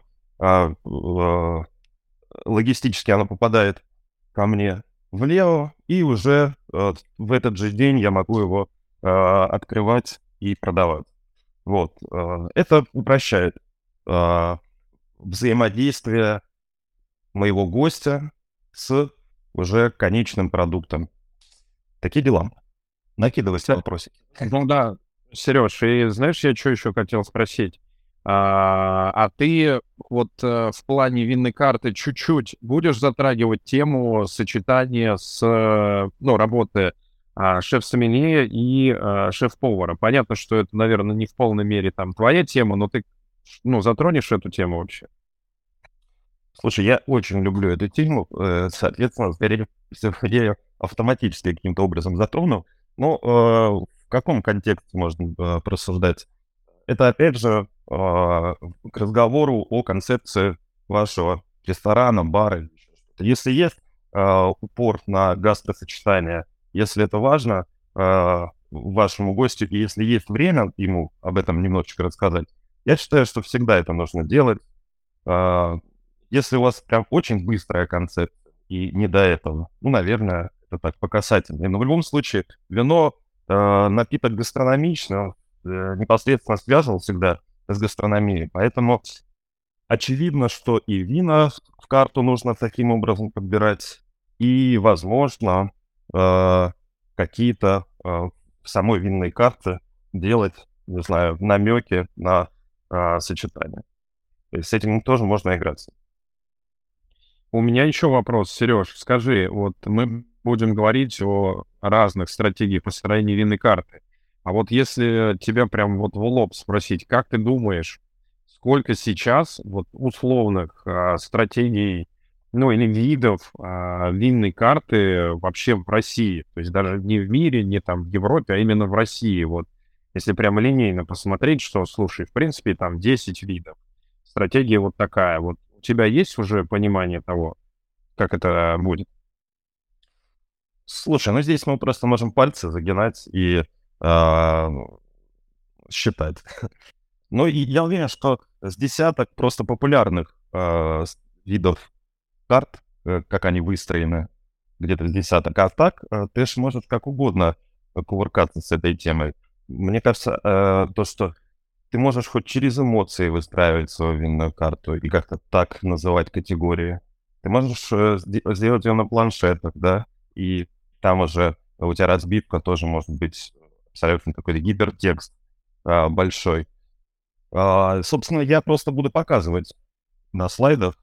логистически оно попадает ко мне в Лео, и уже в этот же день я могу его открывать и продавать. Вот. Это упрощает взаимодействие моего гостя с уже конечным продуктом. Такие дела. Накидывайся вопросики. Ну да, Сереж, и знаешь, я что еще хотел спросить? А ты вот в плане винной карты чуть-чуть будешь затрагивать тему сочетания с, работы шеф-сомелье и шеф-повара? Понятно, что это, наверное, не в полной мере там твоя тема, но ты, затронешь эту тему вообще? Слушай, я очень люблю эту тему, соответственно, скорее всего, я ее автоматически каким-то образом затрону. Но в каком контексте можно просуждать? Это, опять же, к разговору о концепции вашего ресторана, бара. Или еще что-то. Если есть упор на гастросочетание, если это важно вашему гостю, и если есть время ему об этом немножечко рассказать, я считаю, что всегда это нужно делать. Если у вас прям очень быстрая концепция и не до этого, наверное, это так, по касательной. Но в любом случае, вино, напиток гастрономичный, непосредственно связан всегда с гастрономией. Поэтому очевидно, что и вина в карту нужно таким образом подбирать, и, возможно, какие-то в самой винной карте делать, не знаю, намеки на сочетание. То есть с этим тоже можно играться. У меня еще вопрос, Сереж. Скажи, вот мы будем говорить о разных стратегиях построения винной карты. А вот если тебя прям вот в лоб спросить, как ты думаешь, сколько сейчас вот условных стратегий, или видов винной карты вообще в России? То есть даже не в мире, не там в Европе, а именно в России. Вот если прямо линейно посмотреть, что, слушай, в принципе, там 10 видов. Стратегия вот такая. Вот у тебя есть уже понимание того, как это будет? Слушай, здесь мы просто можем пальцы загинать и считать. И я уверен, что с десяток просто популярных видов карт, как они выстроены, где-то с десяток. А так ты же можешь как угодно кувыркаться с этой темой. Мне кажется, то, что ты можешь хоть через эмоции выстраивать свою винную карту и как-то так называть категории. Ты можешь сделать ее на планшетах, да, и там уже у тебя разбивка тоже может быть абсолютно какой-то гипертекст большой. Собственно, я просто буду показывать на слайдах,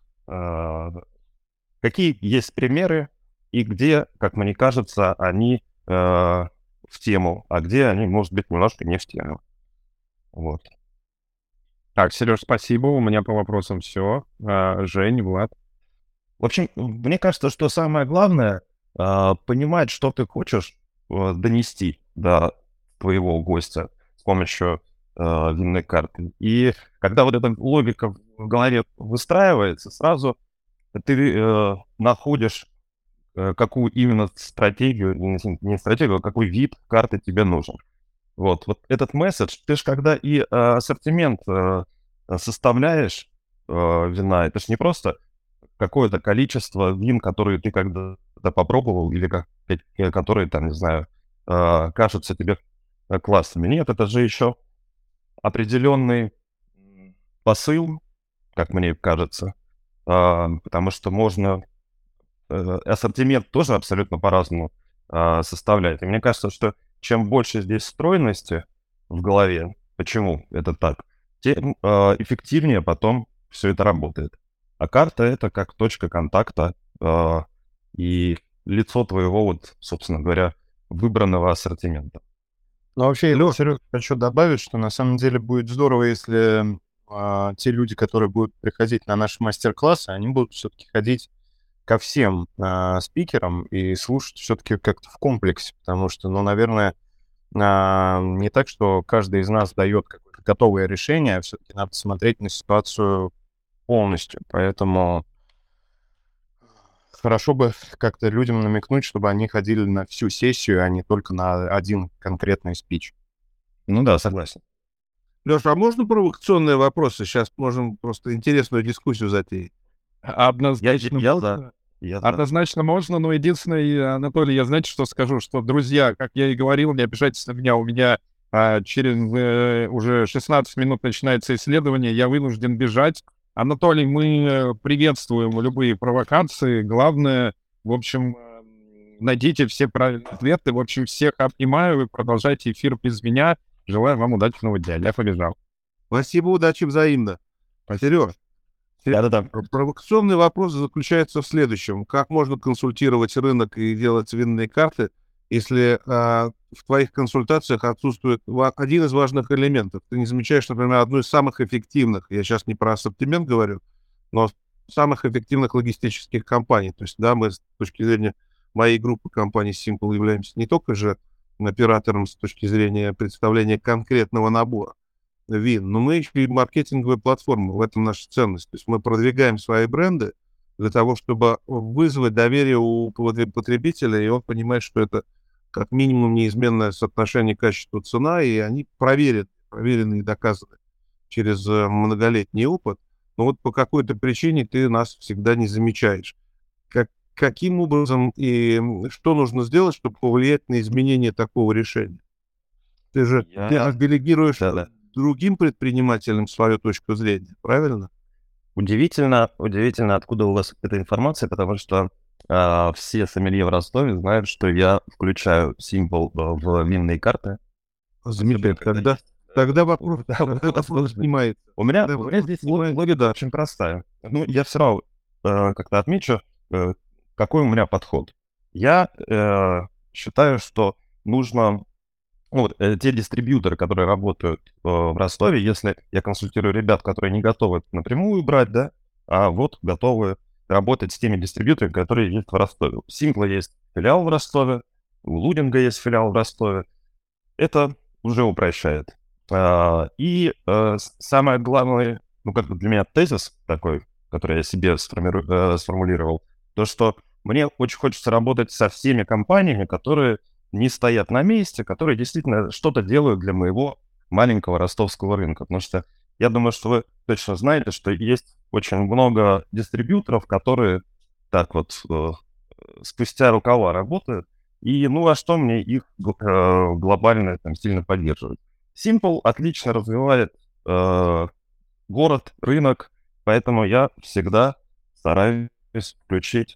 какие есть примеры и где, как мне кажется, они в тему, а где они, может быть, немножко не в тему. Вот. Так, Сереж, спасибо. У меня по вопросам все. Жень, Влад. В общем, мне кажется, что самое главное понимать, что ты хочешь донести до твоего гостя с помощью винной карты. И когда вот эта логика в голове выстраивается, сразу ты находишь, какую именно стратегию, не стратегию, а какой вид карты тебе нужен. Вот этот месседж, ты же когда и ассортимент составляешь вина, это же не просто какое-то количество вин, которые ты когда-то попробовал, или которые, там, не знаю, кажутся тебе классными. Нет, это же еще определенный посыл, как мне кажется, потому что можно ассортимент тоже абсолютно по-разному составлять. И мне кажется, что чем больше здесь стройности в голове, почему это так, тем эффективнее потом все это работает. А карта — это как точка контакта и лицо твоего, вот, собственно говоря, выбранного ассортимента. Ну, вообще, я, Серёг, хочу добавить, что на самом деле будет здорово, если те люди, которые будут приходить на наши мастер-классы, они будут все-таки ходить ко всем спикерам и слушать все-таки как-то в комплексе, потому что, ну, наверное, не так, что каждый из нас дает какое-то готовое решение, а все-таки надо смотреть на ситуацию полностью. Поэтому хорошо бы как-то людям намекнуть, чтобы они ходили на всю сессию, а не только на один конкретный спич. Ну да, согласен. Леша, а можно провокационные вопросы? Сейчас можем просто интересную дискуссию затеять. Однозначно, однозначно можно, но единственное, Анатолий, я знаете, что скажу, что, друзья, как я и говорил, не обижайтесь на меня, у меня через уже 16 минут начинается исследование, я вынужден бежать. Анатолий, мы приветствуем любые провокации, главное, в общем, найдите все правильные ответы, в общем, всех обнимаю, и продолжайте эфир без меня, желаю вам удачного дня, я побежал. Спасибо, удачи взаимно. Сереж, провокационный вопрос заключается в следующем. Как можно консультировать рынок и делать винные карты, если в твоих консультациях отсутствует один из важных элементов? Ты не замечаешь, например, одну из самых эффективных, я сейчас не про ассортимент говорю, но самых эффективных логистических компаний. То есть, да, мы с точки зрения моей группы компаний Simple являемся не только же оператором с точки зрения представления конкретного набора вин, но мы еще и маркетинговая платформа, в этом наша ценность. То есть мы продвигаем свои бренды для того, чтобы вызвать доверие у потребителя, и он понимает, что это как минимум неизменное соотношение качества-цена, и они проверены и доказаны через многолетний опыт. Но вот по какой-то причине ты нас всегда не замечаешь. Каким образом и что нужно сделать, чтобы повлиять на изменение такого решения? Ты же делегируешь другим предпринимателям свою точку зрения, правильно? Удивительно, откуда у вас эта информация, потому что все сомелье в Ростове знают, что я включаю Simple в винные карты. Замечательно. Тогда вопрос снимается. У меня здесь логика очень простая. Ну, я все равно как-то отмечу, какой у меня подход. Я считаю, что нужно... Вот, те дистрибьюторы, которые работают в Ростове, если я консультирую ребят, которые не готовы напрямую брать, да, а вот готовы работать с теми дистрибьюторами, которые есть в Ростове. У Simple есть филиал в Ростове, у Лудинга есть филиал в Ростове. Это уже упрощает. И самое главное, ну, как бы для меня тезис такой, который я себе сформулировал, то, что мне очень хочется работать со всеми компаниями, которые не стоят на месте, которые действительно что-то делают для моего маленького ростовского рынка. Потому что я думаю, что вы точно знаете, что есть очень много дистрибьюторов, которые так вот спустя рукава работают. И ну а что мне их глобально там сильно поддерживать? Simple отлично развивает город, рынок, поэтому я всегда стараюсь включить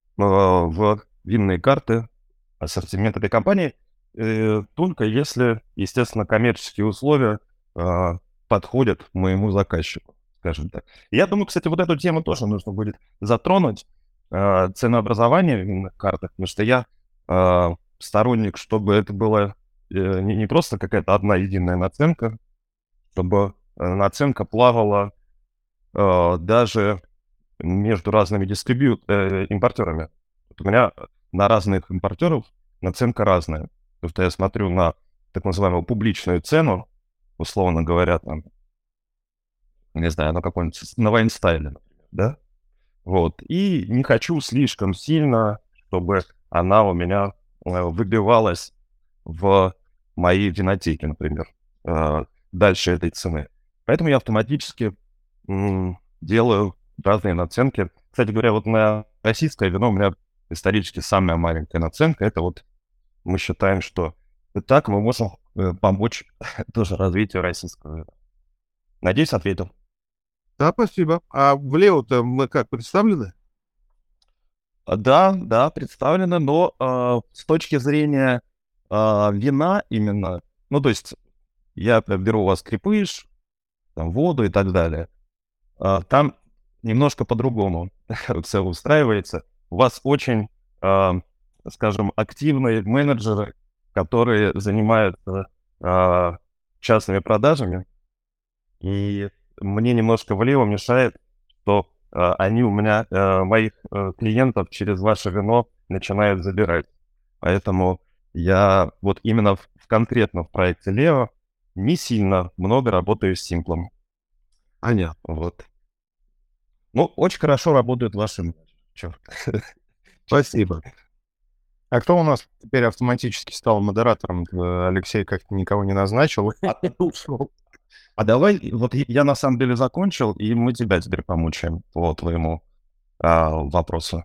в винные карты ассортимент этой компании, только если, естественно, коммерческие условия подходят моему заказчику, скажем так. Я думаю, кстати, вот эту тему тоже нужно будет затронуть, ценообразование в винных картах, потому что я сторонник, чтобы это было не просто какая-то одна единая наценка, чтобы наценка плавала даже между разными импортерами. Вот у меня на разных импортеров наценка разная. Потому что я смотрю на так называемую публичную цену, условно говоря, там, не знаю, на какой-нибудь, на Вайнстайле, например, да? Вот. И не хочу слишком сильно, чтобы она у меня выбивалась в моей винотеке, например, дальше этой цены. Поэтому я автоматически делаю разные наценки. Кстати говоря, вот на российское вино у меня исторически самая маленькая наценка. Это вот мы считаем, что так мы можем помочь тоже развитию российского вина. Надеюсь, ответил. Да, спасибо. А в Лео-то мы как, представлены? Да, представлено, но с точки зрения вина именно, ну, то есть я беру у вас крепыш, там, воду и так далее, там немножко по-другому все устраивается. У вас очень, скажем, активные менеджеры, которые занимаются частными продажами, и мне немножко влево мешает, что они у меня, моих клиентов через ваше вино начинают забирать. Поэтому я вот именно конкретно в проекте Лео не сильно много работаю с Симплом. Понятно. Вот. Ну, очень хорошо работают ваши менеджеры. Чё? Спасибо. А кто у нас теперь автоматически стал модератором? Алексей как-то никого не назначил. А давай, вот я на самом деле закончил, и мы тебя теперь помучаем по твоему вопросу.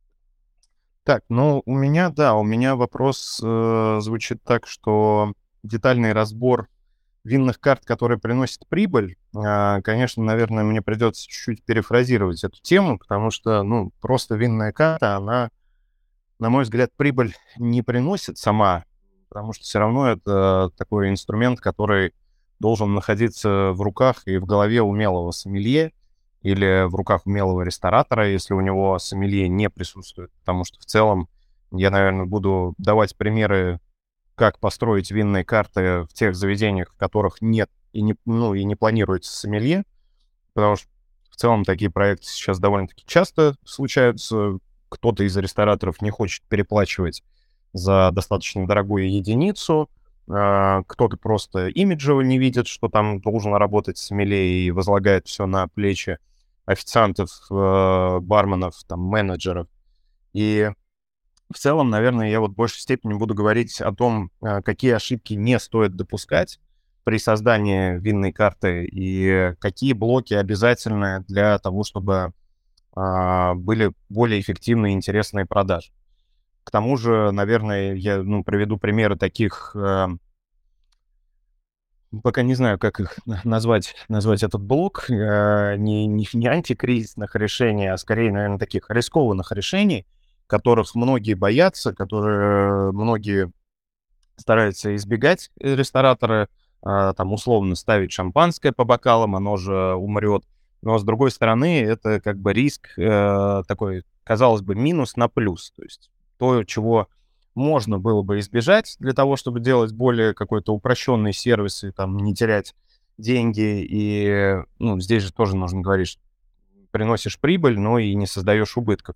Так, ну, у меня вопрос звучит так, что детальный разбор винных карт, которые приносят прибыль, конечно, наверное, мне придется чуть-чуть перефразировать эту тему, потому что, ну, просто винная карта, она, на мой взгляд, прибыль не приносит сама, потому что все равно это такой инструмент, который должен находиться в руках и в голове умелого сомелье или в руках умелого ресторатора, если у него сомелье не присутствует, потому что в целом я, наверное, буду давать примеры, как построить винные карты в тех заведениях, в которых нет и не планируется сомелье, потому что в целом такие проекты сейчас довольно-таки часто случаются. Кто-то из рестораторов не хочет переплачивать за достаточно дорогую единицу, кто-то просто имиджево не видит, что там должен работать сомелье и возлагает все на плечи официантов, барменов, там, менеджеров. И в целом, наверное, я вот в большей степени буду говорить о том, какие ошибки не стоит допускать при создании винной карты и какие блоки обязательны для того, чтобы были более эффективные и интересные продажи. К тому же, наверное, я приведу примеры таких, пока не знаю, как их назвать этот блок, не антикризисных решений, а скорее, наверное, таких рискованных решений, которых многие боятся, которые многие стараются избегать рестораторы, там условно ставить шампанское по бокалам, оно же умрет. Но с другой стороны, это как бы риск такой, казалось бы, минус на плюс. То есть то, чего можно было бы избежать для того, чтобы делать более какой-то упрощенный сервис и там не терять деньги. И здесь же тоже нужно говорить, что приносишь прибыль, но и не создаешь убытков.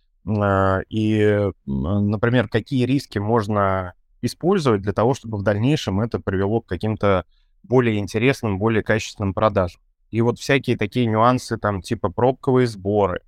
И, например, какие риски можно использовать для того, чтобы в дальнейшем это привело к каким-то более интересным, более качественным продажам. И вот всякие такие нюансы, там, типа пробковые сборы,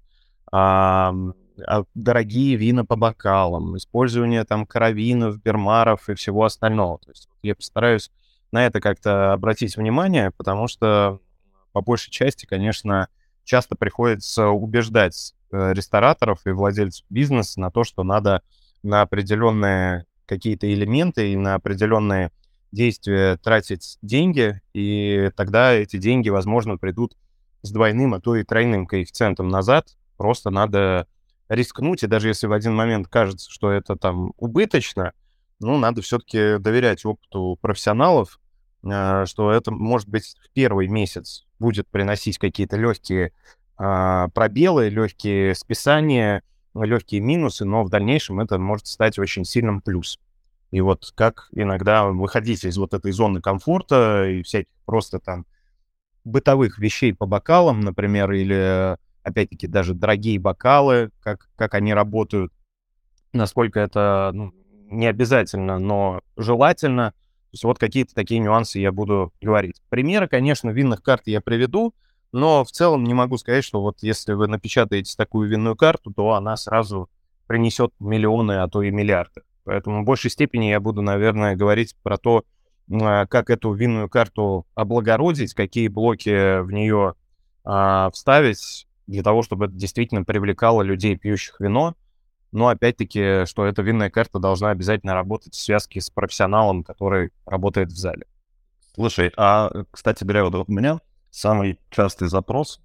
дорогие вина по бокалам, использование там каравинов, бермаров и всего остального. То есть я постараюсь на это как-то обратить внимание, потому что по большей части, конечно, часто приходится убеждать рестораторов и владельцев бизнеса на то, что надо на определенные какие-то элементы и на определенные действия тратить деньги, и тогда эти деньги, возможно, придут с двойным, а то и тройным коэффициентом назад. Просто надо рискнуть, и даже если в один момент кажется, что это там убыточно, надо все-таки доверять опыту профессионалов, что это, может быть, в первый месяц будет приносить какие-то легкие пробелы, легкие списания, легкие минусы, но в дальнейшем это может стать очень сильным плюсом. И вот как иногда выходить из вот этой зоны комфорта и всяких просто там бытовых вещей по бокалам, например, или, опять-таки, даже дорогие бокалы, как они работают, насколько это не обязательно, но желательно. То есть вот какие-то такие нюансы я буду говорить. Примеры, конечно, винных карт я приведу, но в целом не могу сказать, что вот если вы напечатаете такую винную карту, то она сразу принесет миллионы, а то и миллиарды. Поэтому в большей степени я буду, наверное, говорить про то, как эту винную карту облагородить, какие блоки в нее вставить для того, чтобы это действительно привлекало людей, пьющих вино. Но опять-таки, что эта винная карта должна обязательно работать в связке с профессионалом, который работает в зале. Слушай, кстати говоря, вот у меня самый частый запрос,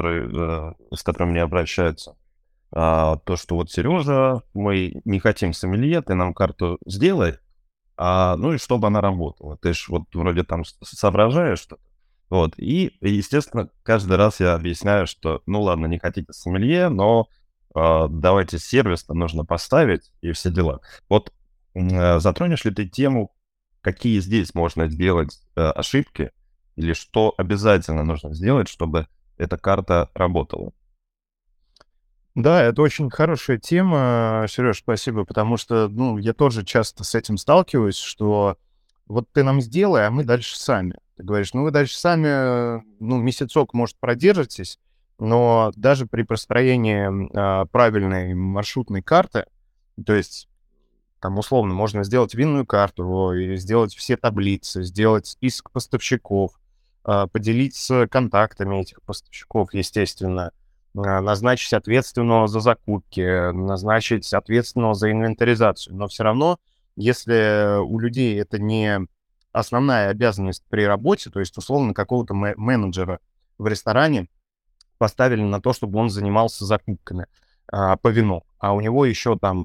с которым мне обращаются, то, что вот, Сережа, мы не хотим сомелье, ты нам карту сделай, ну и чтобы она работала. Ты ж вот вроде там соображаешь что-то. Вот, и, естественно, каждый раз я объясняю, что, ну ладно, не хотите сомелье, но давайте сервис-то нужно поставить и все дела. Вот затронешь ли ты тему, какие здесь можно сделать ошибки, или что обязательно нужно сделать, чтобы эта карта работала? Да, это очень хорошая тема, Сереж, спасибо, потому что, ну, я тоже часто с этим сталкиваюсь, что вот ты нам сделай, а мы дальше сами. Ты говоришь, ну, вы дальше сами, ну, месяцок, может, продержитесь, но даже при построении правильной маршрутной карты, то есть там, условно, можно сделать винную карту, и сделать все таблицы, сделать список поставщиков, поделиться контактами этих поставщиков, естественно, назначить ответственного за закупки, назначить ответственного за инвентаризацию. Но все равно, если у людей это не основная обязанность при работе, то есть, условно, какого-то менеджера в ресторане поставили на то, чтобы он занимался закупками по вину, а у него еще там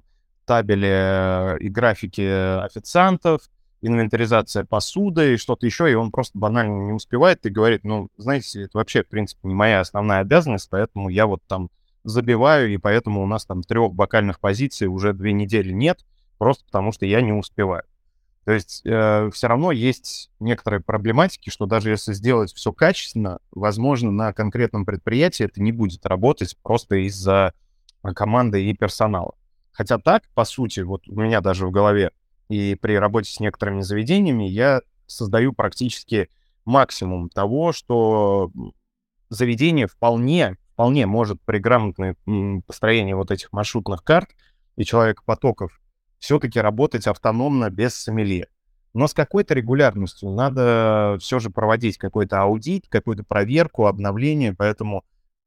табели и графики официантов, инвентаризация посуды и что-то еще, и он просто банально не успевает и говорит, ну, знаете, это вообще, в принципе, не моя основная обязанность, поэтому я вот там забиваю, и поэтому у нас там 3 бокальных позиций уже 2 недели нет, просто потому что я не успеваю. То есть все равно есть некоторые проблематики, что даже если сделать все качественно, возможно, на конкретном предприятии это не будет работать просто из-за команды и персонала. Хотя так, по сути, вот у меня даже в голове и при работе с некоторыми заведениями я создаю практически максимум того, что заведение вполне может при грамотном построении вот этих маршрутных карт и человекопотоков все-таки работать автономно без сомелье. Но с какой-то регулярностью надо все же проводить какой-то аудит, какую-то проверку, обновление, поэтому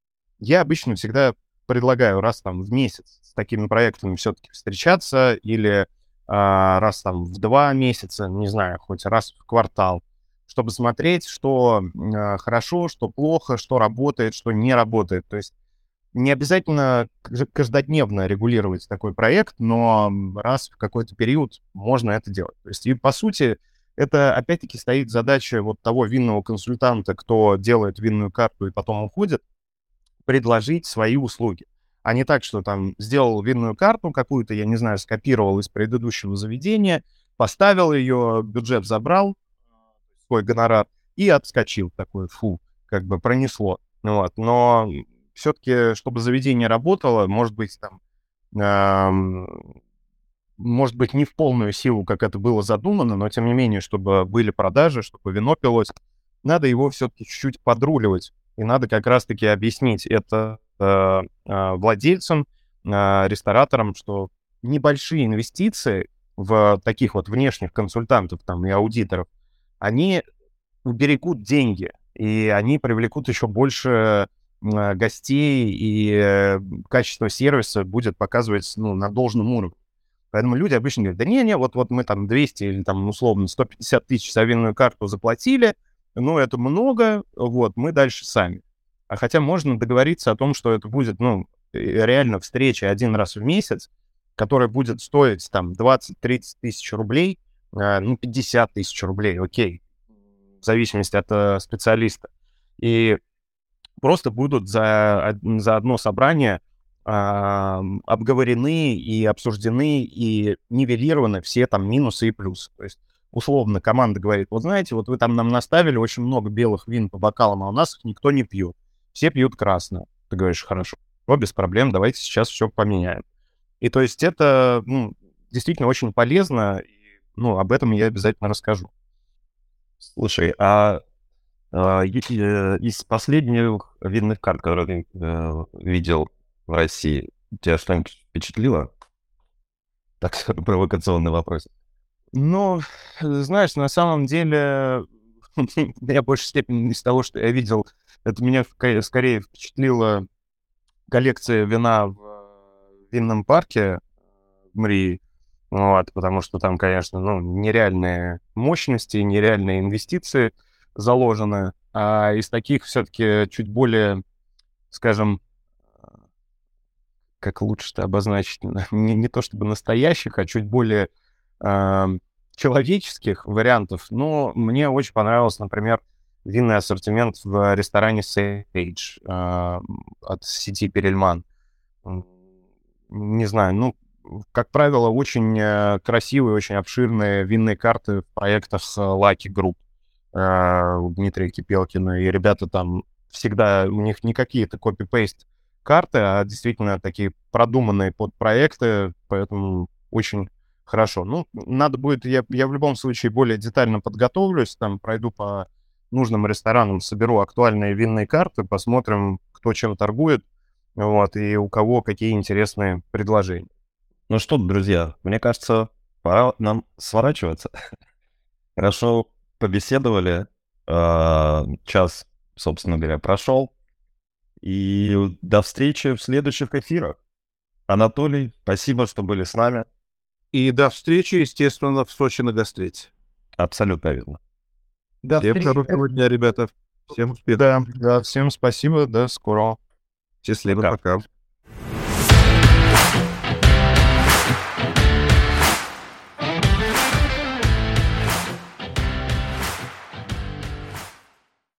я обычно всегда предлагаю раз там в месяц с такими проектами все-таки встречаться или раз там в 2 месяца, не знаю, хоть раз в квартал, чтобы смотреть, что хорошо, что плохо, что работает, что не работает. То есть не обязательно каждодневно регулировать такой проект, но раз в какой-то период можно это делать. То есть, и по сути, это опять-таки стоит задача вот того винного консультанта, кто делает винную карту и потом уходит, предложить свои услуги. А не так, что там сделал винную карту какую-то, я не знаю, скопировал из предыдущего заведения, поставил ее, бюджет забрал, свой гонорар, и отскочил такой, фу, как бы пронесло. Вот. Но все-таки, чтобы заведение работало, может быть, там, может быть, не в полную силу, как это было задумано, но, тем не менее, чтобы были продажи, чтобы вино пилось, надо его все-таки чуть-чуть подруливать. И надо как раз-таки объяснить это владельцам, рестораторам, что небольшие инвестиции в таких вот внешних консультантов там, и аудиторов, они уберегут деньги, и они привлекут еще больше гостей, и качество сервиса будет показывать, ну, на должном уровне. Поэтому люди обычно говорят, да не, вот мы там 200 или там условно 150 тысяч за винную карту заплатили, ну, это много, вот, мы дальше сами. А хотя можно договориться о том, что это будет, ну, реально встреча один раз в месяц, которая будет стоить там 20-30 тысяч рублей, ну, 50 тысяч рублей, окей, в зависимости от специалиста. И просто будут за одно собрание обговорены и обсуждены и нивелированы все там минусы и плюсы. То есть, условно, команда говорит, вот знаете, вот вы там нам наставили очень много белых вин по бокалам, а у нас их никто не пьет. Все пьют красное. Ты говоришь, хорошо, без проблем, давайте сейчас все поменяем. И то есть это, ну, действительно очень полезно, и, ну, об этом я обязательно расскажу. Слушай, из последних винных карт, которые ты видел в России, тебя что-нибудь впечатлило? Так, провокационный вопрос. Ну, знаешь, на самом деле, меня в большей степени из того, что я видел, это меня скорее впечатлила коллекция вина в винном парке мрии. Вот, потому что там, конечно, ну, нереальные мощности, нереальные инвестиции заложены. А из таких все-таки чуть более, скажем, как лучше-то обозначить, не то чтобы настоящих, а чуть более человеческих вариантов. Но мне очень понравился, например, винный ассортимент в ресторане Sage от сети Перельман. Не знаю, ну, как правило, очень красивые, очень обширные винные карты в проектах Lucky Group у Дмитрия Кипелкина. И ребята там всегда, у них не какие-то копи-пейст карты, а действительно такие продуманные под проекты, поэтому очень хорошо. Ну, надо будет, я в любом случае более детально подготовлюсь, там пройду по нужным ресторанам, соберу актуальные винные карты, посмотрим, кто чем торгует, вот, и у кого какие интересные предложения. Ну что, друзья, мне кажется, пора нам сворачиваться. Хорошо побеседовали. Час, собственно говоря, прошел. И до встречи в следующих эфирах. Анатолий, спасибо, что были с нами. И до встречи, естественно, в Сочи на гастрите. Абсолютно верно. Всем хорошего дня, ребята. Всем успехов. Да, всем спасибо, до скорого. Счастливо, пока.